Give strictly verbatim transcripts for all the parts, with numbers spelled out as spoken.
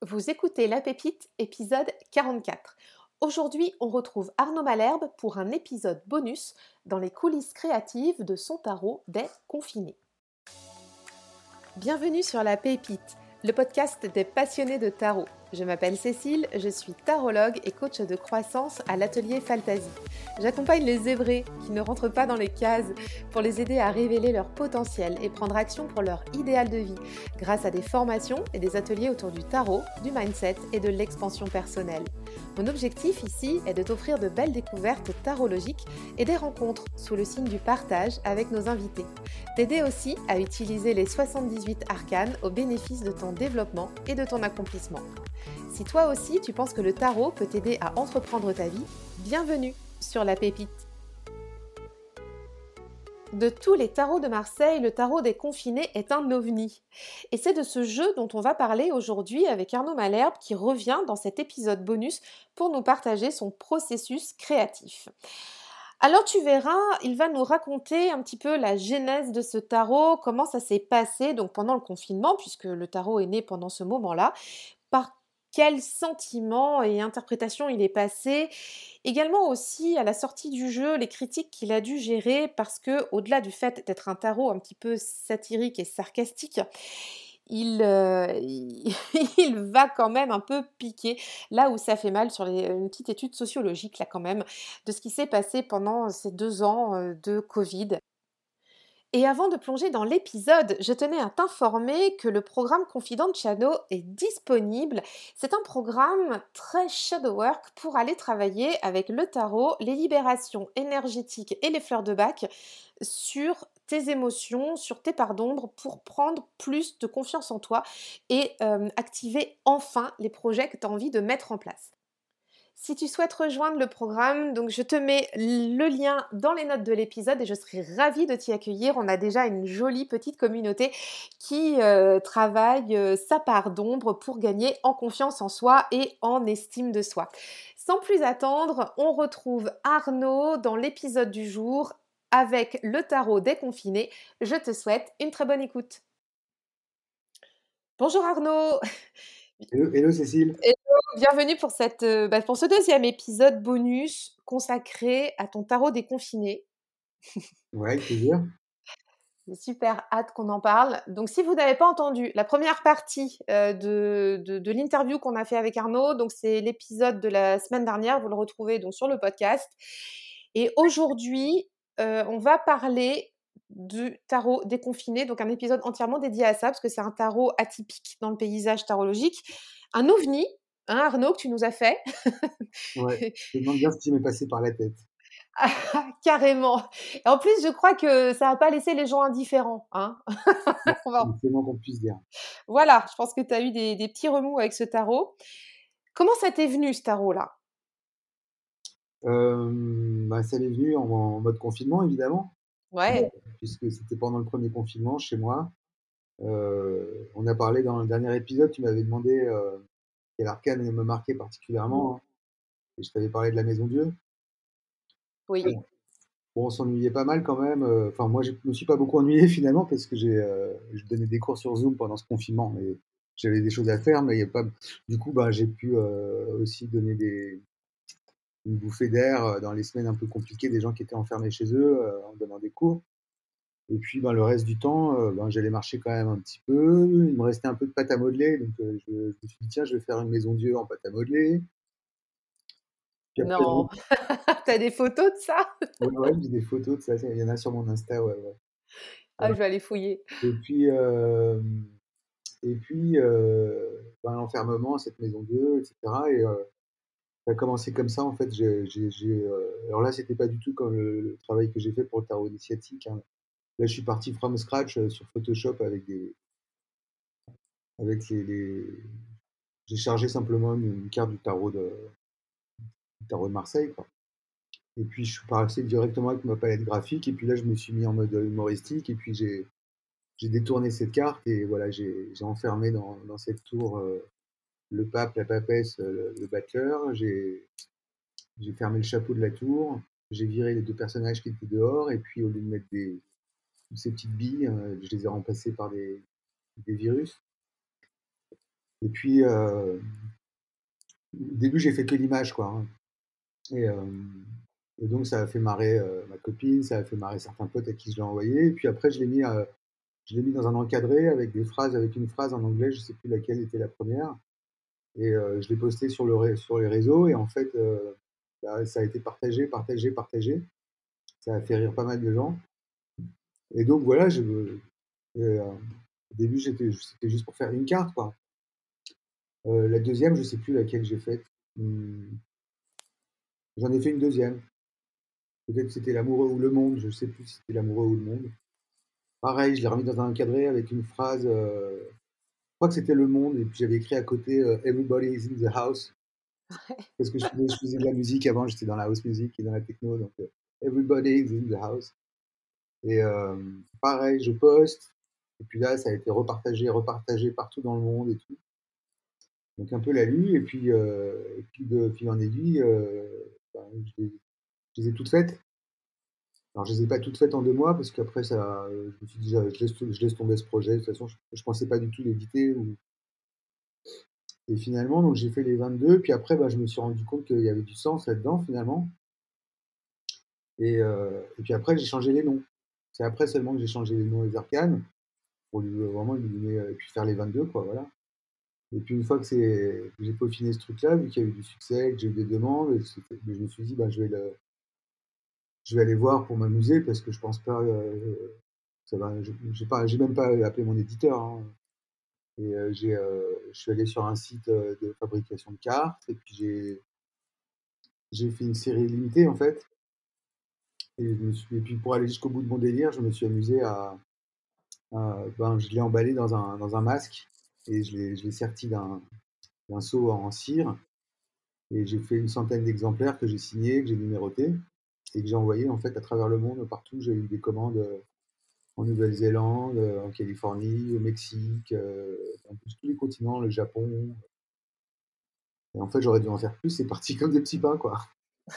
Vous écoutez La Pépite, épisode quarante-quatre. Aujourd'hui, on retrouve Arnaud Malherbe pour un épisode bonus dans les coulisses créatives de son tarot des confinés. Bienvenue sur La Pépite, le podcast des passionnés de tarot. Je m'appelle Cécile, je suis tarologue et coach de croissance à l'atelier Fantasy. J'accompagne les zébrés qui ne rentrent pas dans les cases pour les aider à révéler leur potentiel et prendre action pour leur idéal de vie grâce à des formations et des ateliers autour du tarot, du mindset et de l'expansion personnelle. Mon objectif ici est de t'offrir de belles découvertes tarologiques et des rencontres sous le signe du partage avec nos invités. T'aider aussi à utiliser les soixante-dix-huit arcanes au bénéfice de ton développement et de ton accomplissement. Si toi aussi tu penses que le tarot peut t'aider à entreprendre ta vie, bienvenue sur La Pépite. De tous les tarots de Marseille, le tarot des confinés est un ovni. Et c'est de ce jeu dont on va parler aujourd'hui avec Arnaud Malherbe qui revient dans cet épisode bonus pour nous partager son processus créatif. Alors tu verras, il va nous raconter un petit peu la genèse de ce tarot, comment ça s'est passé donc pendant le confinement, puisque le tarot est né pendant ce moment-là, par quels sentiments et interprétations il est passé, également aussi à la sortie du jeu, les critiques qu'il a dû gérer, parce que au-delà du fait d'être un tarot un petit peu satirique et sarcastique, il, euh, il, il va quand même un peu piquer là où ça fait mal sur les, une petite étude sociologique là quand même de ce qui s'est passé pendant ces deux ans euh, de Covid. Et avant de plonger dans l'épisode, je tenais à t'informer que le programme Confident Shadow est disponible. C'est un programme très shadow work pour aller travailler avec le tarot, les libérations énergétiques et les fleurs de bac sur tes émotions, sur tes parts d'ombre pour prendre plus de confiance en toi et euh, activer enfin les projets que tu as envie de mettre en place. Si tu souhaites rejoindre le programme, donc je te mets le lien dans les notes de l'épisode et je serai ravie de t'y accueillir. On a déjà une jolie petite communauté qui euh, travaille euh, sa part d'ombre pour gagner en confiance en soi et en estime de soi. Sans plus attendre, on retrouve Arnaud dans l'épisode du jour avec le tarot des confinés. Je te souhaite une très bonne écoute. Bonjour Arnaud. Hello, hello Cécile. Hello, bienvenue pour, cette, euh, bah, pour ce deuxième épisode bonus consacré à ton tarot des confinés. Ouais, avec plaisir. J'ai super hâte qu'on en parle. Donc, si vous n'avez pas entendu la première partie euh, de, de, de l'interview qu'on a fait avec Arnaud, donc c'est l'épisode de la semaine dernière, vous le retrouvez donc sur le podcast. Et aujourd'hui, euh, on va parler du tarot des confinés, donc un épisode entièrement dédié à ça, parce que c'est un tarot atypique dans le paysage tarologique. Un ovni, hein, Arnaud, que tu nous as fait. Ouais, je me demande bien ce qui m'est passé par la tête. Ah, carrément. Et en plus, je crois que ça va pas laisser les gens indifférents, hein. Ouais, On c'est va- le moins qu'on puisse dire. Voilà, je pense que tu as eu des, des petits remous avec ce tarot. Comment ça t'est venu, ce tarot-là? Euh, bah, ça m'est venu en, en mode confinement, évidemment, euh, Ouais. puisque c'était pendant le premier confinement chez moi. Euh, on a parlé dans le dernier épisode, tu m'avais demandé euh, quel arcane me marquait particulièrement, hein, et je t'avais parlé de la Maison Dieu. Oui. Bon, bon, on s'ennuyait pas mal quand même. euh, Enfin, moi, je me suis pas beaucoup ennuyé finalement parce que j'ai, euh, je donnais des cours sur Zoom pendant ce confinement, mais j'avais des choses à faire, mais il y a pas. Du coup, bah, j'ai pu euh, aussi donner des, une bouffée d'air euh, dans les semaines un peu compliquées des gens qui étaient enfermés chez eux euh, en donnant des cours. Et puis ben, le reste du temps, euh, ben, j'allais marcher quand même un petit peu. Il me restait un peu de pâte à modeler, donc euh, je, je me suis dit tiens, je vais faire une maison Dieu en pâte à modeler. Puis après, ouais, Non. T'as des photos de ça? ouais, j'ai des photos de ça, il y en a sur mon Insta, ouais, ouais. Ah, Ouais. je vais aller fouiller. Et puis, euh, et puis euh, ben, l'enfermement, cette maison Dieu, et cetera. Et euh, ça a commencé comme ça, en fait. J'ai, j'ai, j'ai, euh, alors là, c'était pas du tout comme le, le travail que j'ai fait pour le tarot initiatique, hein. Là, je suis parti from scratch euh, sur Photoshop avec des, avec les, les- j'ai chargé simplement une, une carte du tarot de, du tarot de Marseille, quoi. Et puis, je suis passé directement avec ma palette graphique. Et puis là, je me suis mis en mode humoristique. Et puis, j'ai, j'ai détourné cette carte et voilà, j'ai, j'ai enfermé dans, dans cette tour euh, le pape, la papesse, euh, le, le battleur. J'ai, j'ai fermé le chapeau de la tour. J'ai viré les deux personnages qui étaient dehors. Et puis, au lieu de mettre des, toutes ces petites billes, euh, je les ai remplacées par des, des virus. Et puis, euh, au début, j'ai fait que l'image, quoi, hein. Et, euh, et donc, ça a fait marrer euh, ma copine, ça a fait marrer certains potes à qui je l'ai envoyé. Et puis après, je l'ai mis, euh, je l'ai mis dans un encadré avec des phrases, avec une phrase en anglais, je sais plus laquelle était la première. Et euh, je l'ai posté sur, le, sur les réseaux. Et en fait, euh, bah, ça a été partagé, partagé, partagé. Ça a fait rire pas mal de gens. Et donc, voilà, je, et, euh, au début, j'étais, c'était juste pour faire une carte, quoi. Euh, la deuxième, je sais plus laquelle j'ai faite. Hum, J'en ai fait une deuxième. Peut-être que c'était l'amoureux ou le monde. Je sais plus si c'était l'amoureux ou le monde. Pareil, je l'ai remis dans un encadré avec une phrase. Euh, je crois que c'était le monde. Et puis j'avais écrit à côté euh, Everybody is in the house. Parce que je faisais, je faisais de la musique avant. J'étais dans la house music et dans la techno. Donc euh, Everybody is in the house. Et euh, pareil, je poste. Et puis là, ça a été repartagé, repartagé partout dans le monde et tout. Donc un peu la lue. Et puis, euh, et puis de fil en aiguille, euh, ben, je, les, je les ai toutes faites. Alors, je les ai pas toutes faites en deux mois parce qu'après, ça, euh, je me suis dit, je laisse, je laisse tomber ce projet. De toute façon, je, je pensais pas du tout l'éditer. Ou... Et finalement, donc j'ai fait les vingt-deux. Puis après, bah, je me suis rendu compte qu'il y avait du sens là-dedans finalement. Et, euh, et puis après, j'ai changé les noms. C'est après seulement que j'ai changé les noms des arcanes pour lui, vraiment lui donner, euh, et puis faire les vingt-deux, quoi, voilà. Et puis une fois que, c'est, que j'ai peaufiné ce truc-là, vu qu'il y a eu du succès, que j'ai eu des demandes, je me suis dit, bah, je vais le, je vais aller voir pour m'amuser parce que je pense pas, euh, ça va, j'ai pas, j'ai même pas appelé mon éditeur, hein. Et euh, j'ai, euh, je suis allé sur un site euh, de fabrication de cartes et puis j'ai, j'ai fait une série limitée en fait. Et, je me suis, et puis pour aller jusqu'au bout de mon délire, je me suis amusé à, à- ben, je l'ai emballé dans un, dans un masque et je l'ai, je l'ai serti d'un, d'un seau en cire et j'ai fait une centaine d'exemplaires que j'ai signés, que j'ai numérotés et que j'ai envoyés en fait à travers le monde partout. J'ai eu des commandes euh, en Nouvelle-Zélande, euh, en Californie, au Mexique, euh, dans tous les continents, le Japon. Et en fait, j'aurais dû en faire plus. C'est parti comme des petits pains, quoi.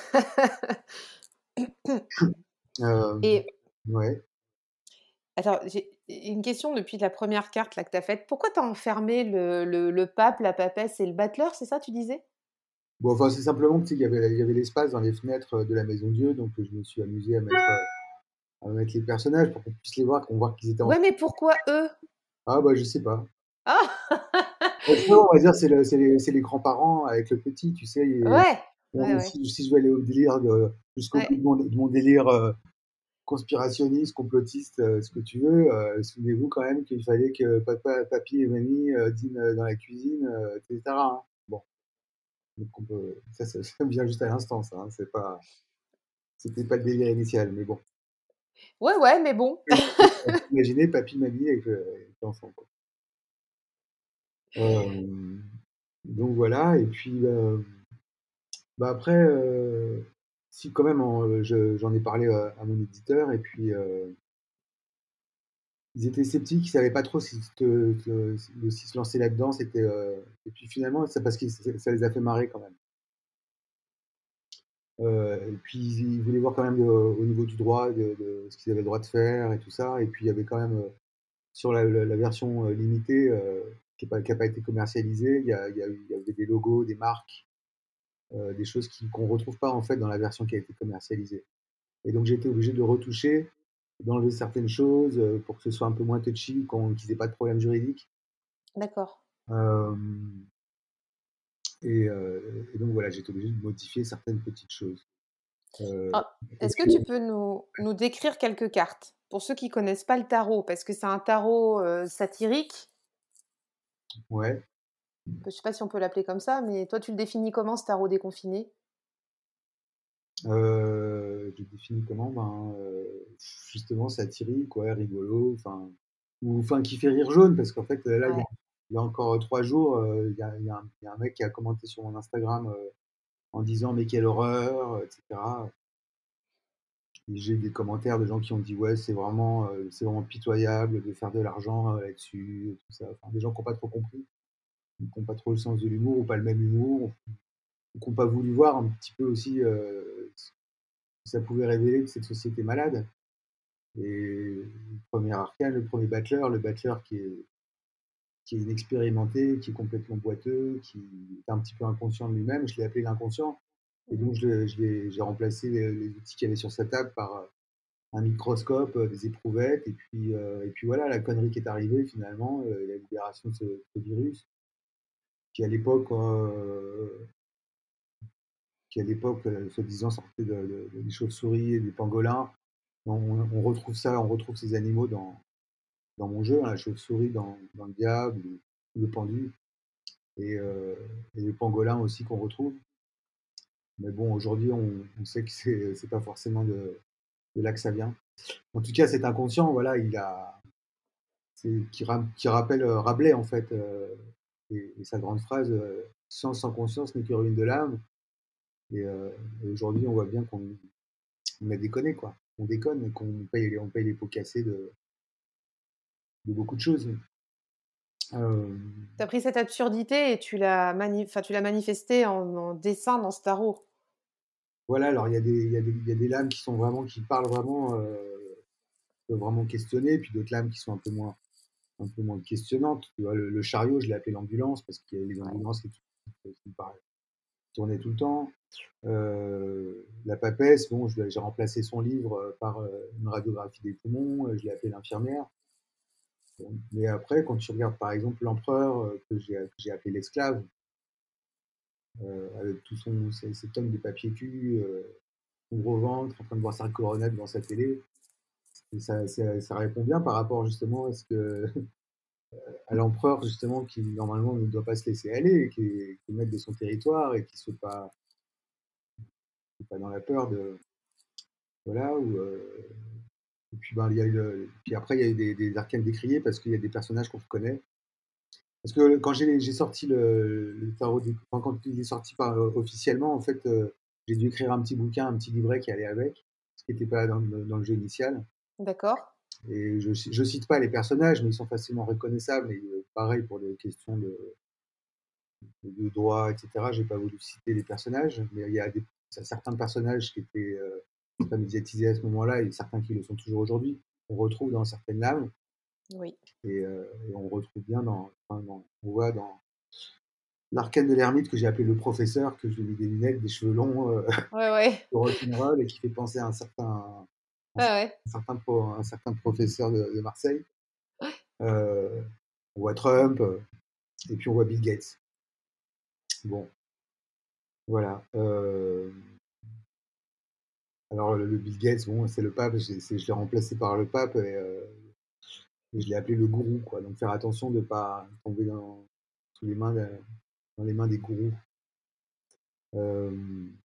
Euh, Et ouais. attends, j'ai une question depuis la première carte là, que tu as faite. Pourquoi tu as enfermé le, le, le pape, la papesse et le battleur, c'est ça, tu disais? Bon, enfin, c'est simplement que, tu sais, il y avait, il y avait l'espace dans les fenêtres de la Maison Dieu, donc je me suis amusé à mettre, euh, à mettre les personnages pour qu'on puisse les voir, qu'on voit qu'ils étaient Ouais, ensemble. mais pourquoi eux? Ah, bah, je sais pas. Ah Bon, sinon, on va dire, c'est le- c'est les, c'est les grands-parents avec le petit, tu sais. Et, Ouais, ouais, bon, ouais, si, si je veux aller au délire, de- jusqu'au bout ouais. de mon, de mon délire euh, conspirationniste, complotiste, euh, ce que tu veux, euh, souvenez-vous quand même qu'il fallait que papa, papy et mamie euh, dînent euh, dans la cuisine, euh, et cetera, hein. Bon, donc on peut, ça, ça, ça me vient juste à l'instant, ça, hein, c'est pas, c'était pas le délire initial, mais bon. Ouais, ouais, mais bon. Imaginez papy, mamie avec, euh, avec l'enfant, quoi. Euh, donc voilà, et puis euh, bah après, euh, si quand même, en- je- j'en ai parlé euh, à mon éditeur, et puis euh, ils étaient sceptiques, ils savaient pas trop si, te- te- si se lancer là-dedans, c'était. Euh, et puis finalement, c'est parce que ça ça les a fait marrer quand même. Euh, et puis ils voulaient voir quand même de- au niveau du droit, de, de ce qu'ils avaient le droit de faire et tout ça. Et puis il y avait quand même, euh, sur la, la- la version euh, limitée, euh, qui n'a pas, qui a pas été commercialisée, il y, a- il y a eu- il y avait des logos, des marques, euh, des choses qui- qu'on ne retrouve pas en fait dans la version qui a été commercialisée. Et donc j'ai été obligé de retoucher, d'enlever certaines choses euh, pour que ce soit un peu moins touchy, qu'on- qu'ils n'aient pas de problème juridique. D'accord. Euh, et, euh, et donc voilà, j'ai été obligé de modifier certaines petites choses. Euh, Ah, est-ce que tu peux nous, nous décrire quelques cartes pour ceux qui connaissent pas le tarot, parce que c'est un tarot euh, satirique. ouais. Je sais pas si on peut l'appeler comme ça, mais toi, tu le définis comment, ce tarot déconfiné? Euh, je définis comment? Ben, euh, justement, satirique, quoi, rigolo, enfin, ou enfin qui fait rire jaune, parce qu'en fait, là, il y a, Ouais. il y a encore trois jours, euh, il y a, il y a un, il y a un mec qui a commenté sur mon Instagram euh, en disant mais quelle horreur, euh, et cetera. Et j'ai eu des commentaires de gens qui ont dit ouais, c'est vraiment, euh, c'est vraiment pitoyable de faire de l'argent euh, là-dessus, et tout ça. Enfin, des gens qui n'ont pas trop compris, qui n'ont pas trop le sens de l'humour ou pas le même humour, ou qui n'ont pas voulu voir un petit peu aussi euh, ce que ça pouvait révéler de cette société malade. Et le premier arcane, le premier battleur, le battleur qui est, qui est inexpérimenté, qui est complètement boiteux, qui est un petit peu inconscient de lui-même. Je l'ai appelé l'inconscient. Et Mmh. donc, je, je l'ai- j'ai remplacé les, les outils qu'il y avait sur sa table par euh, un microscope, euh, des éprouvettes, et puis, euh, et puis voilà, la connerie qui est arrivée finalement, euh, la libération de ce, ce virus, qui à l'époque, euh, qui à l'époque, euh, soi-disant, sortait de, de- de- des chauves-souris et des pangolins. On, on retrouve ça, on retrouve ces animaux dans, dans mon jeu, hein, la chauve-souris dans, dans le diable, ou le pendu, et, euh, et le pangolin aussi qu'on retrouve. Mais bon, aujourd'hui, on, on sait que c'est c'est pas forcément de, de là que ça vient. En tout cas, cet inconscient, voilà, il a, c'est qui, ra- qui rappelle euh, Rabelais en fait, euh, et, et sa grande phrase euh, science sans conscience n'est que ruine de l'âme. Et, euh, et aujourd'hui, on voit bien qu'on on a déconné quoi. On déconne et qu'on paye, les- on paye les pots cassés de, de beaucoup de choses. Euh, Tu as pris cette absurdité et tu l'as mani enfin, tu l'as manifestée en en dessin dans ce tarot. voilà, alors il y a des, il y a des, il y a des lames qui sont vraiment, qui parlent vraiment, euh, peuvent vraiment questionner, puis d'autres lames qui sont un peu moins, un peu moins questionnantes. Tu vois, le, le chariot, je l'ai appelé l'ambulance parce qu'il y a les Ouais. ambulances qui, qui tournaient tout le temps. Euh, la papesse, bon, je j'ai remplacé son livre euh, par euh, une radiographie des poumons, euh, je l'ai appelé l'infirmière. Bon, mais après, quand tu regardes par exemple l'empereur euh, que j'ai que j'ai appelé l'esclave, euh, avec tout son ses- cet homme de papier cul, euh, son gros ventre, en train de voir sa coronette dans sa télé, et ça, ça, ça répond bien par rapport justement à ce que à l'empereur justement qui normalement ne doit pas se laisser aller, qui est, qui est maître de son territoire et qui ne soit pas, pas dans la peur de voilà ou euh, et puis, ben, il y a eu le- puis après, il y a eu des, des arcanes décriés parce qu'il y a des personnages qu'on reconnaît. Parce que quand j'ai j'ai sorti le, le tarot, des- enfin, quand il est sorti par, euh, officiellement, en fait, euh, j'ai dû écrire un petit bouquin, un petit livret qui allait avec, ce qui n'était pas dans le, dans le jeu initial. D'accord. Et je, je cite pas les personnages, mais ils sont facilement reconnaissables. Et euh, pareil pour des questions de, de droit, et cetera. J'ai pas voulu citer les personnages, mais il y a des, certains personnages qui étaient euh, pas médiatisés à ce moment-là et certains qui le sont toujours aujourd'hui. On retrouve dans certaines lames. Oui. Et, euh, et on retrouve bien dans, enfin, dans- on voit dans l'arcane de l'ermite que j'ai appelé le professeur, que je lui ai mis des lunettes, des cheveux longs, euh, Ouais, ouais. de rock'n'roll et qui fait penser à un certain, un, Ouais, ouais. certain, pro- un certain professeur de, de Marseille. Euh, on voit Trump euh, et puis on voit Bill Gates. Bon, voilà. Euh, alors le, le Bill Gates, bon, c'est le pape. j'ai- c'est- Je l'ai remplacé par le pape et, euh, et je l'ai appelé le gourou, quoi. Donc faire attention de ne pas tomber dans, sous les mains de- dans les mains des gourous. Euh,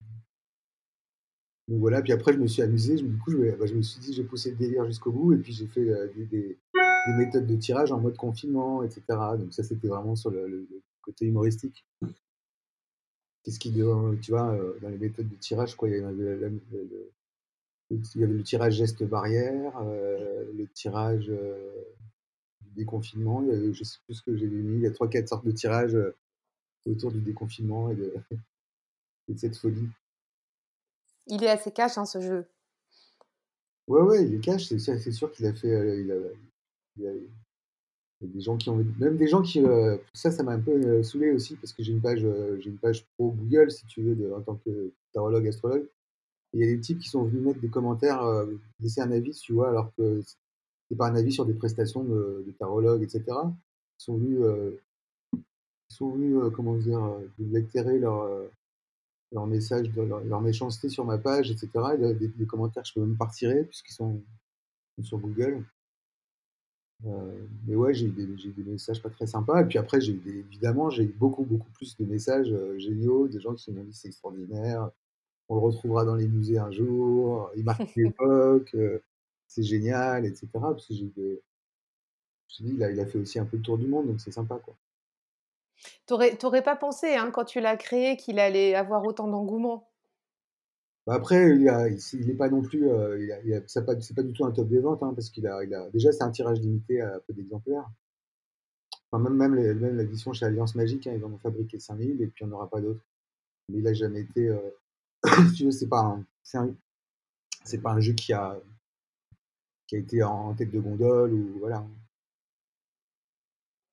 Donc voilà, puis après je me suis amusé, je, du coup je, me- bah, je me suis dit je vais pousser le délire jusqu'au bout et puis j'ai fait euh, des, des- des méthodes de tirage en mode confinement, et cetera. Donc ça c'était vraiment sur le, le- le côté humoristique. Qu'est-ce qui, euh, tu vois, euh, dans les méthodes de tirage, quoi, il y avait, la- la- le, le- il y avait le tirage geste barrière, euh, le tirage euh, du déconfinement, il y avait, je sais plus ce que j'ai mis, il y a trois quatre sortes de tirages euh, autour du déconfinement et de, et de cette folie. Il est assez cash, hein, ce jeu. Ouais, ouais, il est cash, c'est sûr, c'est sûr qu'il a fait, euh, il a, il a- Il y a des gens qui ont, même des gens qui, euh, ça, ça m'a un peu euh, saoulé aussi parce que j'ai une page, euh, j'ai une page pro Google si tu veux, de, en tant que tarologue, astrologue. Et il y a des types qui sont venus mettre des commentaires, euh, laisser un avis, tu vois, alors que c'est pas un avis sur des prestations de, de tarologue, et cetera. Ils sont venus, euh, ils sont venus, euh, comment dire, euh, déterrer leur, euh, leur message, de leur, leur méchanceté sur ma page, et cetera. Et des, des commentaires que je peux même pas retirer puisqu'ils sont sur Google. Euh, mais ouais, j'ai eu des, j'ai eu des messages pas très sympas. Et puis après, j'ai eu des- évidemment, j'ai eu beaucoup, beaucoup plus de messages euh, géniaux, des gens qui m'ont dit c'est extraordinaire, on le retrouvera dans les musées un jour, il marque l'époque, euh, c'est génial, et cetera. Parce que j'ai eu des- je me suis dit, il a, il a fait aussi un peu le tour du monde, donc c'est sympa, quoi. T'aurais, t'aurais pas pensé, hein, quand tu l'as créé, qu'il allait avoir autant d'engouement. Bah, après, il a, il, il est pas non plus, euh, il a, il a- c'est pas, c'est pas du tout un top des ventes, hein, parce qu'il a, il a, déjà c'est un tirage limité à peu d'exemplaires. Enfin, même, même, les- même l'édition chez Alliance Magique, hein, ils en ont fabriqué cinq mille et puis il n'y en aura pas d'autres. Mais il a jamais été, euh, si tu veux, c'est pas un, c'est un- c'est pas un jeu qui a, qui a été en, en tête de gondole ou voilà.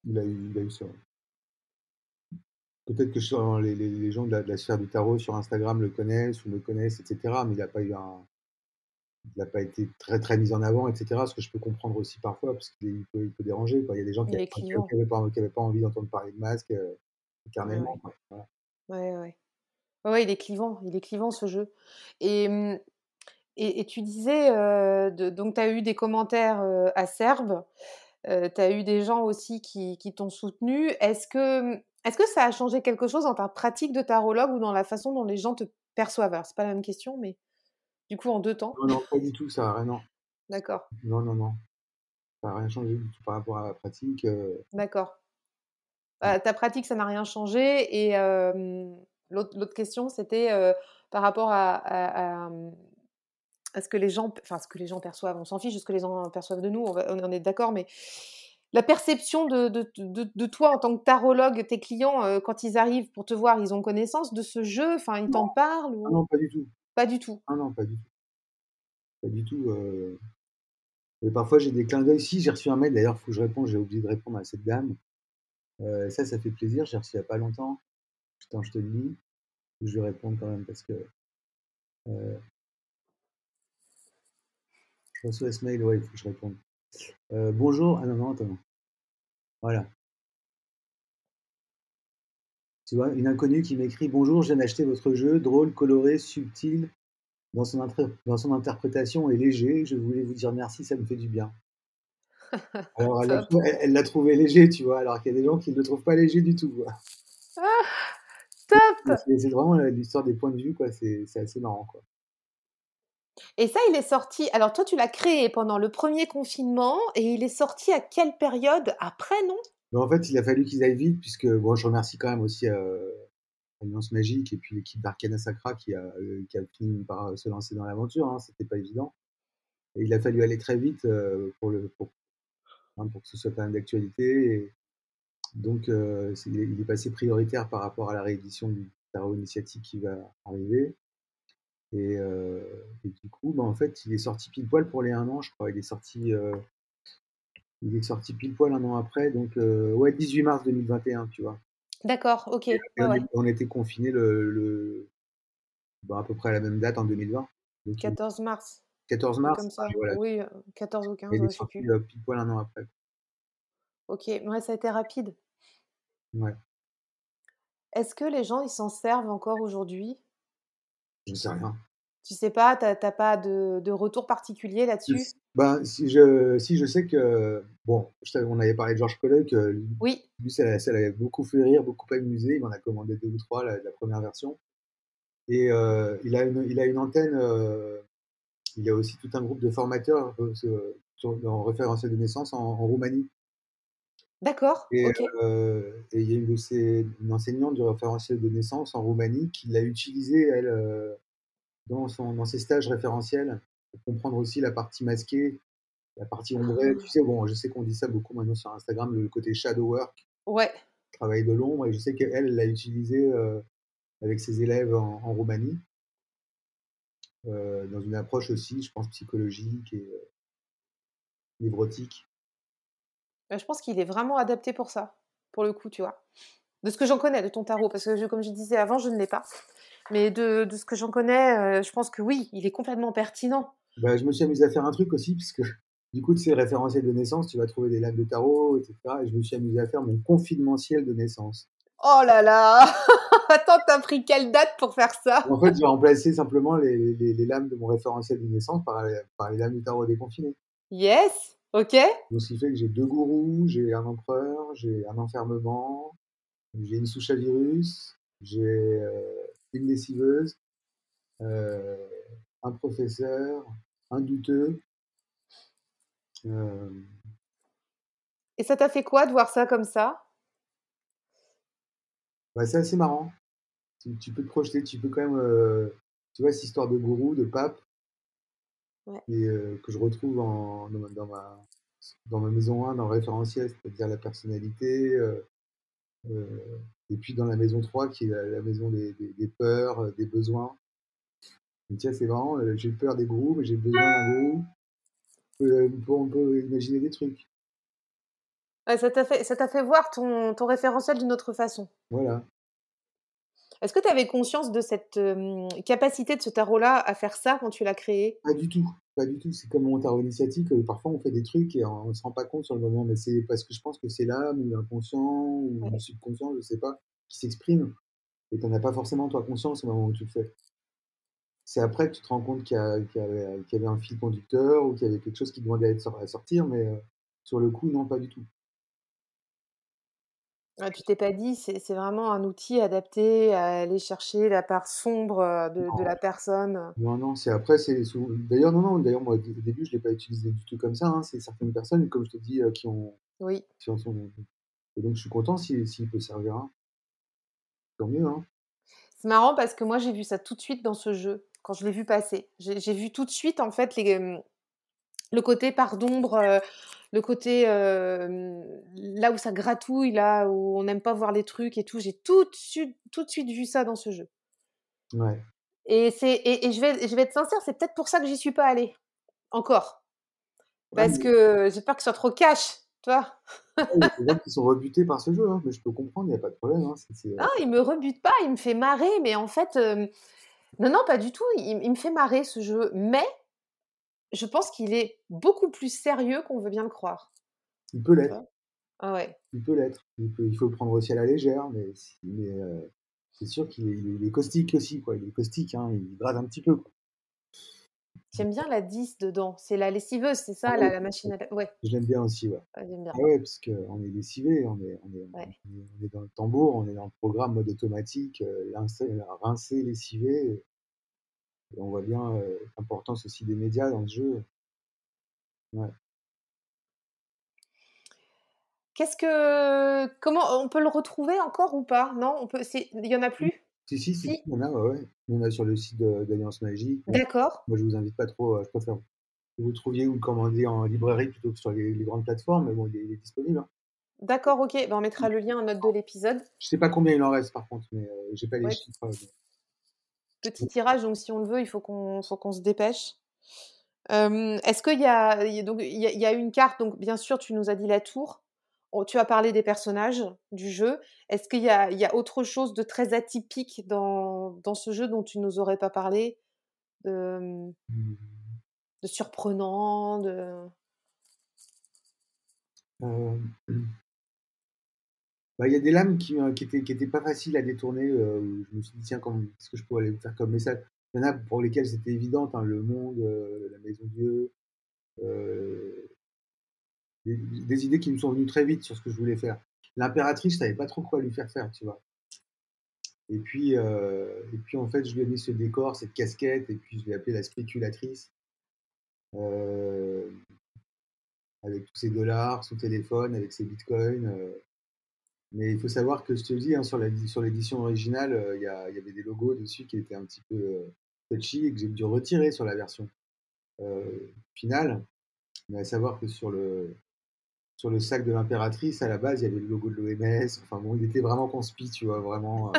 Il a eu il a eu ça. Peut-être que sur les les les gens de la de la sphère du tarot sur Instagram le connaissent ou me connaissent et cetera, mais il a pas eu un il a pas été très, très mis en avant et cetera. Ce que je peux comprendre aussi parfois parce qu'il est il peut il peut déranger, quoi. Il y a des gens qui Il avaient est pas qui clivant. avaient pas qui avaient pas envie d'entendre parler de masque, heu, Ouais, éternellement, ouais. quoi. Voilà. Ouais, ouais. Ouais, ouais, il est clivant, il est clivant ce jeu et mmh et et tu disais, heu, de donc tu as eu des commentaires, heu, acerbes, heu, tu as eu des gens aussi qui qui t'ont soutenu. Est-ce que, mmh, est-ce que ça a changé quelque chose dans ta pratique de tarologue ou dans la façon dont les gens te perçoivent? Alors c'est pas la même question, mais du coup en deux temps. Non, non, pas du tout, ça a rien non. D'accord, Non, non, non, ça a rien changé du tout par rapport à la pratique, heu, d'accord. Heu, ta pratique, ça n'a rien changé et hem, l'autre l'autre question, c'était, heu, par rapport à à à, mmh, à ce que les gens p enfin, ce que les gens perçoivent. On s'en fiche de ce que les gens perçoivent de nous, on va on on est d'accord, mais la perception de de de de toi en tant que tarologue, tes clients, heu, quand ils arrivent pour te voir, ils ont connaissance de ce jeu? Enfin, ils non, t'en parlent ah ou non, pas du tout. pas du tout? Ah non, pas du tout, pas du tout, heu et parfois j'ai des clins d'œil. Si, j'ai reçu un mail d'ailleurs, faut que je réponde, j'ai oublié de répondre à cette dame. Heu, ça, ça fait plaisir, j'ai reçu il y a pas longtemps. Attends, je te le lis, je vais répondre quand même parce que, heu, je reçois ce mail, ouais, il faut que je réponde. Heu, bonjour ah non, non, attends, voilà. Tu vois? Une inconnue qui m'écrit: «Bonjour, je viens d'acheter votre jeu, drôle, coloré, subtil dans son intré dans son interprétation et léger. Je voulais vous dire merci, ça me fait du bien». Alors elle l'a Top. trou elle elle l'a trouvé léger, tu vois? Alors qu'il y a des gens qui ne le trouvent pas léger du tout, quoi. Ah! Mais Top! c'est c'est vraiment, heu, l'histoire des points de vue, quoi, c'est c'est assez marrant, quoi. Et ça, il est sorti alors toi, tu l'as créé pendant le premier confinement et il est sorti à quelle période? Après, non? Mais en fait, il a fallu qu'ils aillent vite puisque bon, je remercie quand même aussi, heu, Alliance Magique et puis l'équipe d'Arcana Sacra qui a, heu, qui a fini par, heu, se lancer dans l'aventure, hein, c'était pas évident et il a fallu aller très vite, heu, pour le pour hein, pour que ce soit quand même d'actualité et donc heu, c'est il est il est passé prioritaire par rapport à la réédition du tarot initiatique qui va arriver et heu et du coup, bah, en fait, il est sorti pile poil pour les un an, je crois. Il est sorti, heu, il est sorti pile poil un an après donc heu, ouais, dix-huit mars deux mille vingt et un, tu vois? D'accord, OK, Et ouais, et on est ouais. on était confinés le le bah, à peu près à la même date en deux mille vingt. Donc il quatorze mars, quatorze un truc mars, comme ouais, ça. voilà. Oui, heu, quatorze ou Et quinze, il est ouais, je sais sorti, plus. heu, pile poil un an après. OK, ouais, ça a été rapide. Ouais, Est-ce que les gens, ils s'en servent encore aujourd'hui? j'en sais rien. Tu sais pas, tu as tu as pas de de retour particulier Je là-dessus? s Ben, si je si je sais que bon, je t'avais on avait parlé de Georges Colloq, heu, lui Oui, lui ça ça l'avait beaucoup fait rire, beaucoup amusé. Il m'en a commandé deux ou trois la la première version et heu, il a une il a une antenne, heu, il a aussi tout un groupe de formateurs, heu, ce sur en référentiel de naissance en en Roumanie d'accord, et OK. heu et il y a une de ses une enseignante du référentiel de naissance en Roumanie qui l'a utilisé elle, heu, dans son dans ses stages référentiels pour comprendre aussi la partie masquée. La partie ombrée, tu Ah, sais, bon, je sais qu'on dit ça beaucoup maintenant sur Instagram, le côté shadow work, ouais, travail de l'ombre et je sais qu'elle, elle l'a utilisé, heu, avec ses élèves en en Roumanie, heu, dans une approche aussi, je pense, psychologique et heu, névrotique. bah, je pense qu'il est vraiment adapté pour ça, pour le coup, tu vois? De ce que j'en connais de ton tarot, parce que je comme je disais avant, je ne l'ai pas. Mais de de ce que j'en connais, heu, je pense que oui, il est complètement pertinent. Bah, je me suis amusé à faire un truc aussi puisque du coup, tu sais, le référentiel de naissance, tu vas trouver des lames de tarot et cetera et je me suis amusé à faire mon confinementiel de naissance. Oh là là! Attends, tu as pris quelle date pour faire ça? En fait, j'ai remplacé simplement les les les lames de mon référentiel de naissance par les par les lames du tarot déconfiné. Yes, OK. Donc ce qui fait que j'ai deux gourous, j'ai un empereur, j'ai un enfermement, j'ai une souche à virus, j'ai, heu, une lessiveuse, heu, un professeur, un douteux, hem, Et ça t'a fait quoi de voir ça comme ça? bah, c'est assez marrant. Tu tu peux te projeter, tu peux quand même, heu, tu vois, cette histoire de gourou, de pape Ouais. et heu, que je retrouve en dans ma dans ma dans ma maison un dans le référentiel, c'est-à-dire la personnalité, heu heu et puis dans la maison trois qui est la la maison des des des peurs, heu, des besoins. Donc tiens, c'est marrant, heu, j'ai peur des gourous, mais j'ai besoin d'un gourou. Heu, on peut on peut imaginer des trucs. Ouais, ça t'a fait ça t'a fait voir ton ton référentiel d'une autre façon. Voilà. Est-ce que tu avais conscience de cette, hem, capacité de ce tarot-là à faire ça quand tu l'as créé? Pas du tout, pas du tout. C'est comme mon tarot initiatique, heu, parfois on fait des trucs et on se rend pas compte sur le moment, mais c'est parce que je pense que c'est l'âme ou l'inconscient ou le Ouais. subconscient, je sais pas, qui s'exprime et tu en as pas forcément toi conscience au moment où tu le fais. C'est après que tu te rends compte qu'il y a qu'il y avait qu'il y avait un fil conducteur ou qu'il y avait quelque chose qui demandait à être sor à sortir, mais heu, sur le coup, non, pas du tout. Ouais, tu t'es pas dit: «C'est c'est vraiment un outil adapté à aller chercher la part sombre, heu, de de Non, la personne». non, non, c'est après, c'est sou d'ailleurs, non, non, d'ailleurs, moi, au dé au début, je l'ai pas utilisé du tout comme ça, hein. C'est certaines personnes, comme je te dis, heu, qui ont Oui. qui en sont et donc je suis content si s'il peut servir, hein, tant mieux, hein. C'est marrant parce que moi, j'ai vu ça tout de suite dans ce jeu, quand je l'ai vu passer. J'ai j'ai vu tout de suite, en fait, les, hem, le côté part d'ombre, heu, le côté, hem, là où ça gratouille, là où on n'aime pas voir les trucs et tout. J'ai tout de suite tout de suite vu ça dans ce jeu Ouais. et c'est et et je vais je vais être sincère, c'est peut-être pour ça que j'y suis pas allée, encore. Ouais, Parce mais que j'ai peur que ce soit trop cash, tu vois? ouais, il y a des gens qui sont rebutés par ce jeu, hein, mais je peux comprendre, il y a pas de problème, hein. C'est c'est, Non, heu, il me rebute pas, il me fait marrer, mais en fait, hem, non, non, pas du tout, il il me fait marrer ce jeu, mais je pense qu'il est beaucoup plus sérieux qu'on veut bien le croire, il peut tu l'être, vois? Ah ouais. il peut l'être. Il peut il faut le prendre aussi à la légère, mais si mais heu, c'est sûr qu'il est il est il est caustique aussi, quoi. Il est caustique, hein, il gratte un petit peu, quoi. J'aime bien la dix dedans, c'est la lessiveuse, c'est Ah ça, la oui, la machine à la ouais, je l'aime bien aussi, ouais. ouais, j'aime bien, Ah ouais, parce qu'on est lessivé, on est on est on ouais. est on est dans le tambour, on est dans le programme mode automatique, heu, lincer rincer, lessiver et et on voit bien, heu, l'importance aussi des médias dans ce jeu. Ouais. Qu'est-ce que comment on peut le retrouver encore ou pas? Non, on peut c'est il y en a Oui. plus? Si, si, si, si, Si? il y en a, ouais, ouais. Il y en a sur le site de d'Alliance Magique. Bon, D'accord, moi, je vous invite pas trop, heu, je préfère que vous le trouviez ou le commandiez en librairie plutôt que sur les les grandes plateformes, mais bon, il est il est disponible, hein. d'accord, OK, ben, on mettra le lien en note de l'épisode. Je sais pas combien il en reste par contre, mais heu, j'ai pas les Ouais, chiffres, heu, petit tirage, donc si on le veut, il faut qu'on faut qu'on se dépêche. Hem, est-ce qu'il y a il y a donc il y a il y a une carte, donc bien sûr, tu nous as dit la tour. On tu as parlé des personnages du jeu. Est-ce qu'il y a il y a autre chose de très atypique dans dans ce jeu dont tu nous aurais pas parlé? De, mmh, mmh, de surprenant, de hem, bah, il y a des lames qui, heu, qui étaient qui étaient pas faciles à détourner, heu, où je me suis dit: «Tiens, comme qu'est-ce que je pourrais aller faire comme message?» Il y en a pour lesquelles c'était évident, hein, le monde, heu, la maison Dieu, heu, des des idées qui me sont venues très vite sur ce que je voulais faire. L'impératrice, je savais pas trop quoi lui faire faire, tu vois? Et puis, heu et puis en fait, je lui ai mis ce décor, cette casquette et puis je l'ai appelée la spéculatrice, heu, avec tous ses dollars, son téléphone, avec ses bitcoins, heu, mais il faut savoir que je te le dis, hein, sur la sur l'édition originale, heu, il y a il y avait des logos dessus qui étaient un petit peu, heu, touchy et que j'ai dû retirer sur la version, heu, finale. Mais à savoir que sur le sur le sac de l'impératrice, à la base, il y avait le logo de l'O M S. Enfin bon, il était vraiment conspi, tu vois? Vraiment, heu,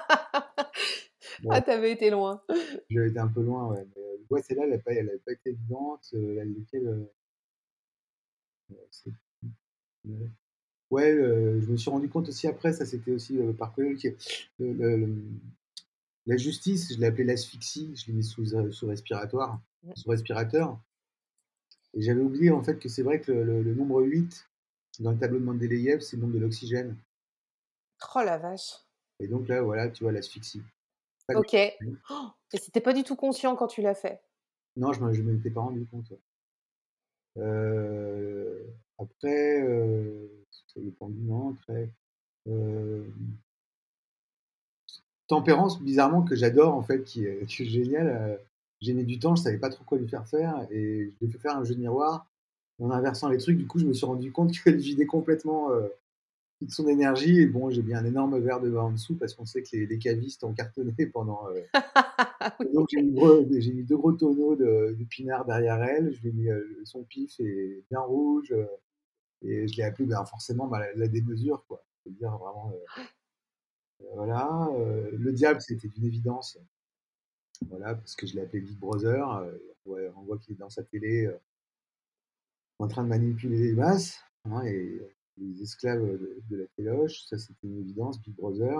Ah, bon, tu avais été loin. j'avais été un peu loin, ouais, mais, heu, ouais, celle-là, elle a pas elle avait pas été évidente, heu, lequel, heu, c'est ouais, ouais, heu, je me suis rendu compte aussi après, ça c'était aussi, heu, par curieux, que le le le, mmh, la justice, je l'ai appelée l'asphyxie, je l'ai mis sous, heu, sous respiratoire Mmh. sous respirateur et j'avais oublié en fait que c'est vrai que le le le nombre huit dans le tableau de Mendeleïev, c'est le nombre de l'oxygène Oh la vache. et donc là, voilà, tu vois l'asphyxie. Pas OK. Oh, et c'était pas du tout conscient quand tu l'as fait? non, je me je m'en étais pas rendu compte, ouais. Heu, après, heu, ça dépend du nom, après, hem, Tempérance, bizarrement, que j'adore en fait, qui est qui est génial, heu, j'ai mis du temps, je savais pas trop quoi lui faire faire et je lui ai fait faire un jeu de miroir. En inversant les trucs, du coup, je me suis rendu compte qu'elle vidait complètement, heu, toute son énergie et bon, j'ai mis un énorme verre de vin en dessous parce qu'on sait que les les cavistes ont cartonné pendant, heu et Oui. donc j'ai mis gros j'ai mis deux gros tonneaux de de pinard derrière elle, je lui ai mis, heu, son pif est bien rouge, heu et je l'ai appelé, ben, forcément, bah, la la démesure, quoi. C'est-à-dire vraiment, heu, voilà, heu, le diable, c'était d'une évidence, voilà, parce que je l'ai appelé Big Brother, heu, ouais, on voit qu'il est dans sa télé, heu, en train de manipuler les masses, hein et les esclaves de, de la téloche, ça c'était une évidence, Big Brother.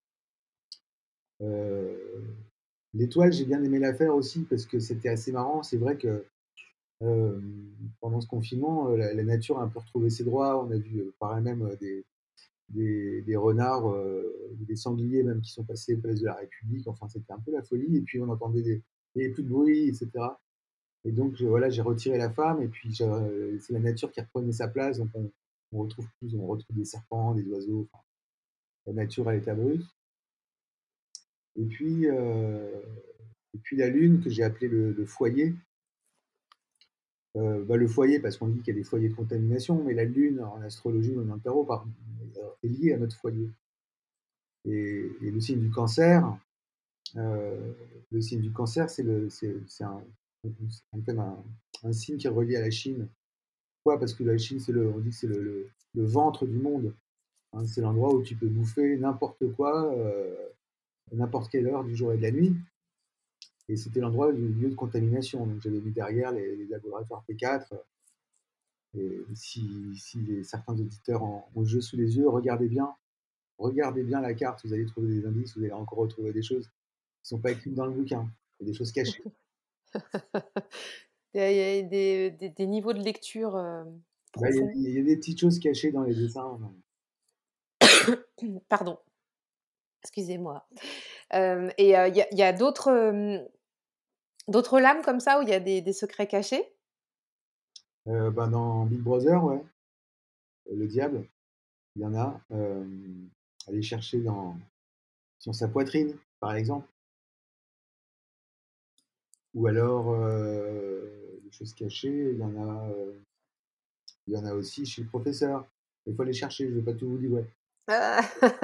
Euh, L'étoile, j'ai bien aimé la faire aussi parce que c'était assez marrant. C'est vrai que euh, pendant ce confinement, la, la nature a un peu retrouvé ses droits. On a vu euh, par même euh, des, des, des renards, euh, des sangliers même qui sont passés place de la République. Enfin, c'était un peu la folie. Et puis on entendait des, il n'y avait plus de bruit, et cetera. Et donc je, voilà, j'ai retiré la femme et puis euh, c'est la nature qui reprenait sa place. Donc on, on retrouve plus, on retrouve des serpents, des oiseaux. Enfin, la nature à l'état brut. Et puis, euh, et puis la lune que j'ai appelée le, le foyer. Euh, bah, le foyer, parce qu'on dit qu'il y a des foyers de contamination, mais la lune en astrologie ou en tarot est liée à notre foyer. Et, et le signe du cancer, euh, le signe du cancer, c'est, le, c'est, c'est un, un, un, un signe qui est relié à la Chine. Pourquoi ? Parce que la Chine, c'est le, on dit que c'est le, le, le ventre du monde. Hein, c'est l'endroit où tu peux bouffer n'importe quoi, euh, n'importe quelle heure du jour et de la nuit. Et c'était l'endroit du lieu de contamination. Donc j'avais mis derrière les, les laboratoires P quatre. Et si, si les, certains auditeurs ont, ont le jeu sous les yeux, regardez bien, regardez bien la carte. Vous allez trouver des indices, vous allez encore retrouver des choses qui ne sont pas écrites dans le bouquin. Il y a des choses cachées. Il y a des, des, des niveaux de lecture euh, bah, il, y a, profonds. il y a des petites choses cachées dans les dessins. Pardon. Excusez-moi. Euh, et il euh, y, y a d'autres, euh, d'autres lames comme ça où il y a des, des secrets cachés euh, bah, Dans Big Brother, ouais. Le diable, il y en a. Euh, aller chercher dans, sur sa poitrine, par exemple. Ou alors, euh, des choses cachées, il y en a, euh, il y en a aussi chez le professeur. Il faut aller chercher, je ne vais pas tout vous livrer. Ah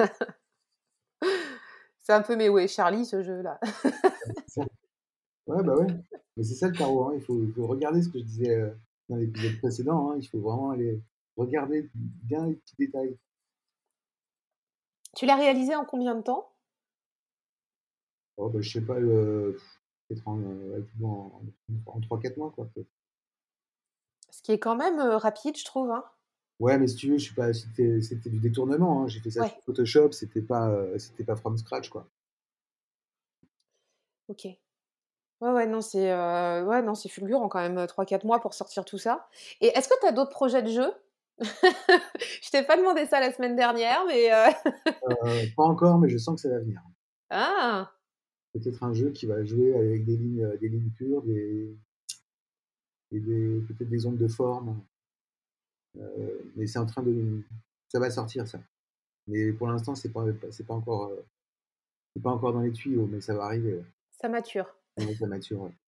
c'est un peu mais ouais, Charlie, ce jeu-là. Ouais, bah ouais. Mais c'est ça le tarot. Hein. Il, faut, il faut regarder ce que je disais euh, dans l'épisode précédent. Hein. Il faut vraiment aller regarder bien les petits détails. Tu l'as réalisé en combien de temps ? Oh, bah, je sais pas, euh, peut-être en, euh, en, en trois quatre mois, quoi, peut-être. Ce qui est quand même euh, rapide, je trouve. Hein. Ouais, mais si tu veux, je suis pas, c'était, c'était du détournement. Hein. J'ai fait ça ouais. sur Photoshop, c'était pas, euh, c'était pas from scratch, quoi. Ok. Ouais, ouais, non, c'est, euh, ouais, non, c'est fulgurant quand même, trois quatre mois pour sortir tout ça. Et est-ce que tu as d'autres projets de jeu ? Je t'ai pas demandé ça la semaine dernière, mais... Euh... euh, pas encore, mais je sens que ça va venir. Ah ! Peut-être un jeu qui va jouer avec des lignes, des lignes pures, des, et des, peut-être des ondes de forme. Euh, mais c'est en train de... Ça va sortir, ça. Mais pour l'instant, c'est pas, c'est pas encore... Euh, c'est pas encore dans les tuyaux, mais ça va arriver. Ça mature. Ouais, ça mature, ouais.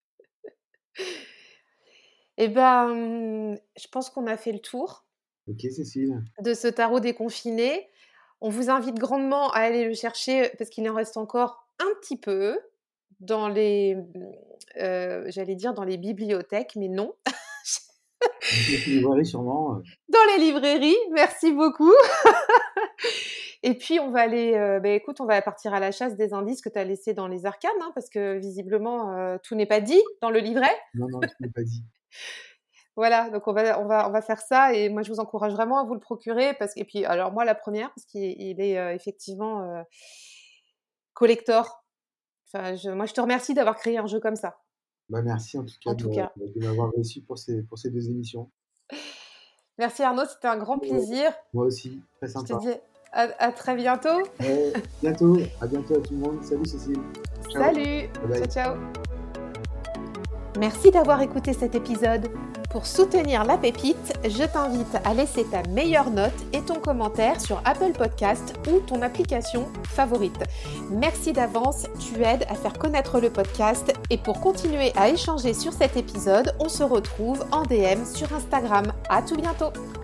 Eh ben, je pense qu'on a fait le tour. Ok, Cécile. De ce tarot déconfiné. On vous invite grandement à aller le chercher parce qu'il en reste encore un petit peu dans les, euh, j'allais dire dans les bibliothèques, mais non. Les librairies, sûrement. Dans les librairies, merci beaucoup. Et puis, on va aller, euh, bah, écoute, on va partir à la chasse des indices que tu as laissés dans les arcanes, hein, parce que visiblement, euh, tout n'est pas dit dans le livret. Non, non, tout n'est pas dit. Voilà, donc on va, on, va, on va faire ça et moi je vous encourage vraiment à vous le procurer parce que, et puis alors moi la première parce qu'il il est euh, effectivement euh, collector. Enfin, je, moi je te remercie d'avoir créé un jeu comme ça. Bah, merci en tout cas, en tout de, cas. de m'avoir reçu pour ces, pour ces deux émissions. Merci Arnaud, c'était un grand plaisir. Moi aussi, très sympa. Je te dis à, à très bientôt. Ouais, bientôt, à bientôt à tout le monde. Salut Cécile. Ciao. Salut, bye bye. Ciao ciao. Merci d'avoir écouté cet épisode. Pour soutenir la pépite, je t'invite à laisser ta meilleure note et ton commentaire sur Apple Podcast ou ton application favorite. Merci d'avance, tu aides à faire connaître le podcast et pour continuer à échanger sur cet épisode, on se retrouve en D M sur Instagram. À tout bientôt.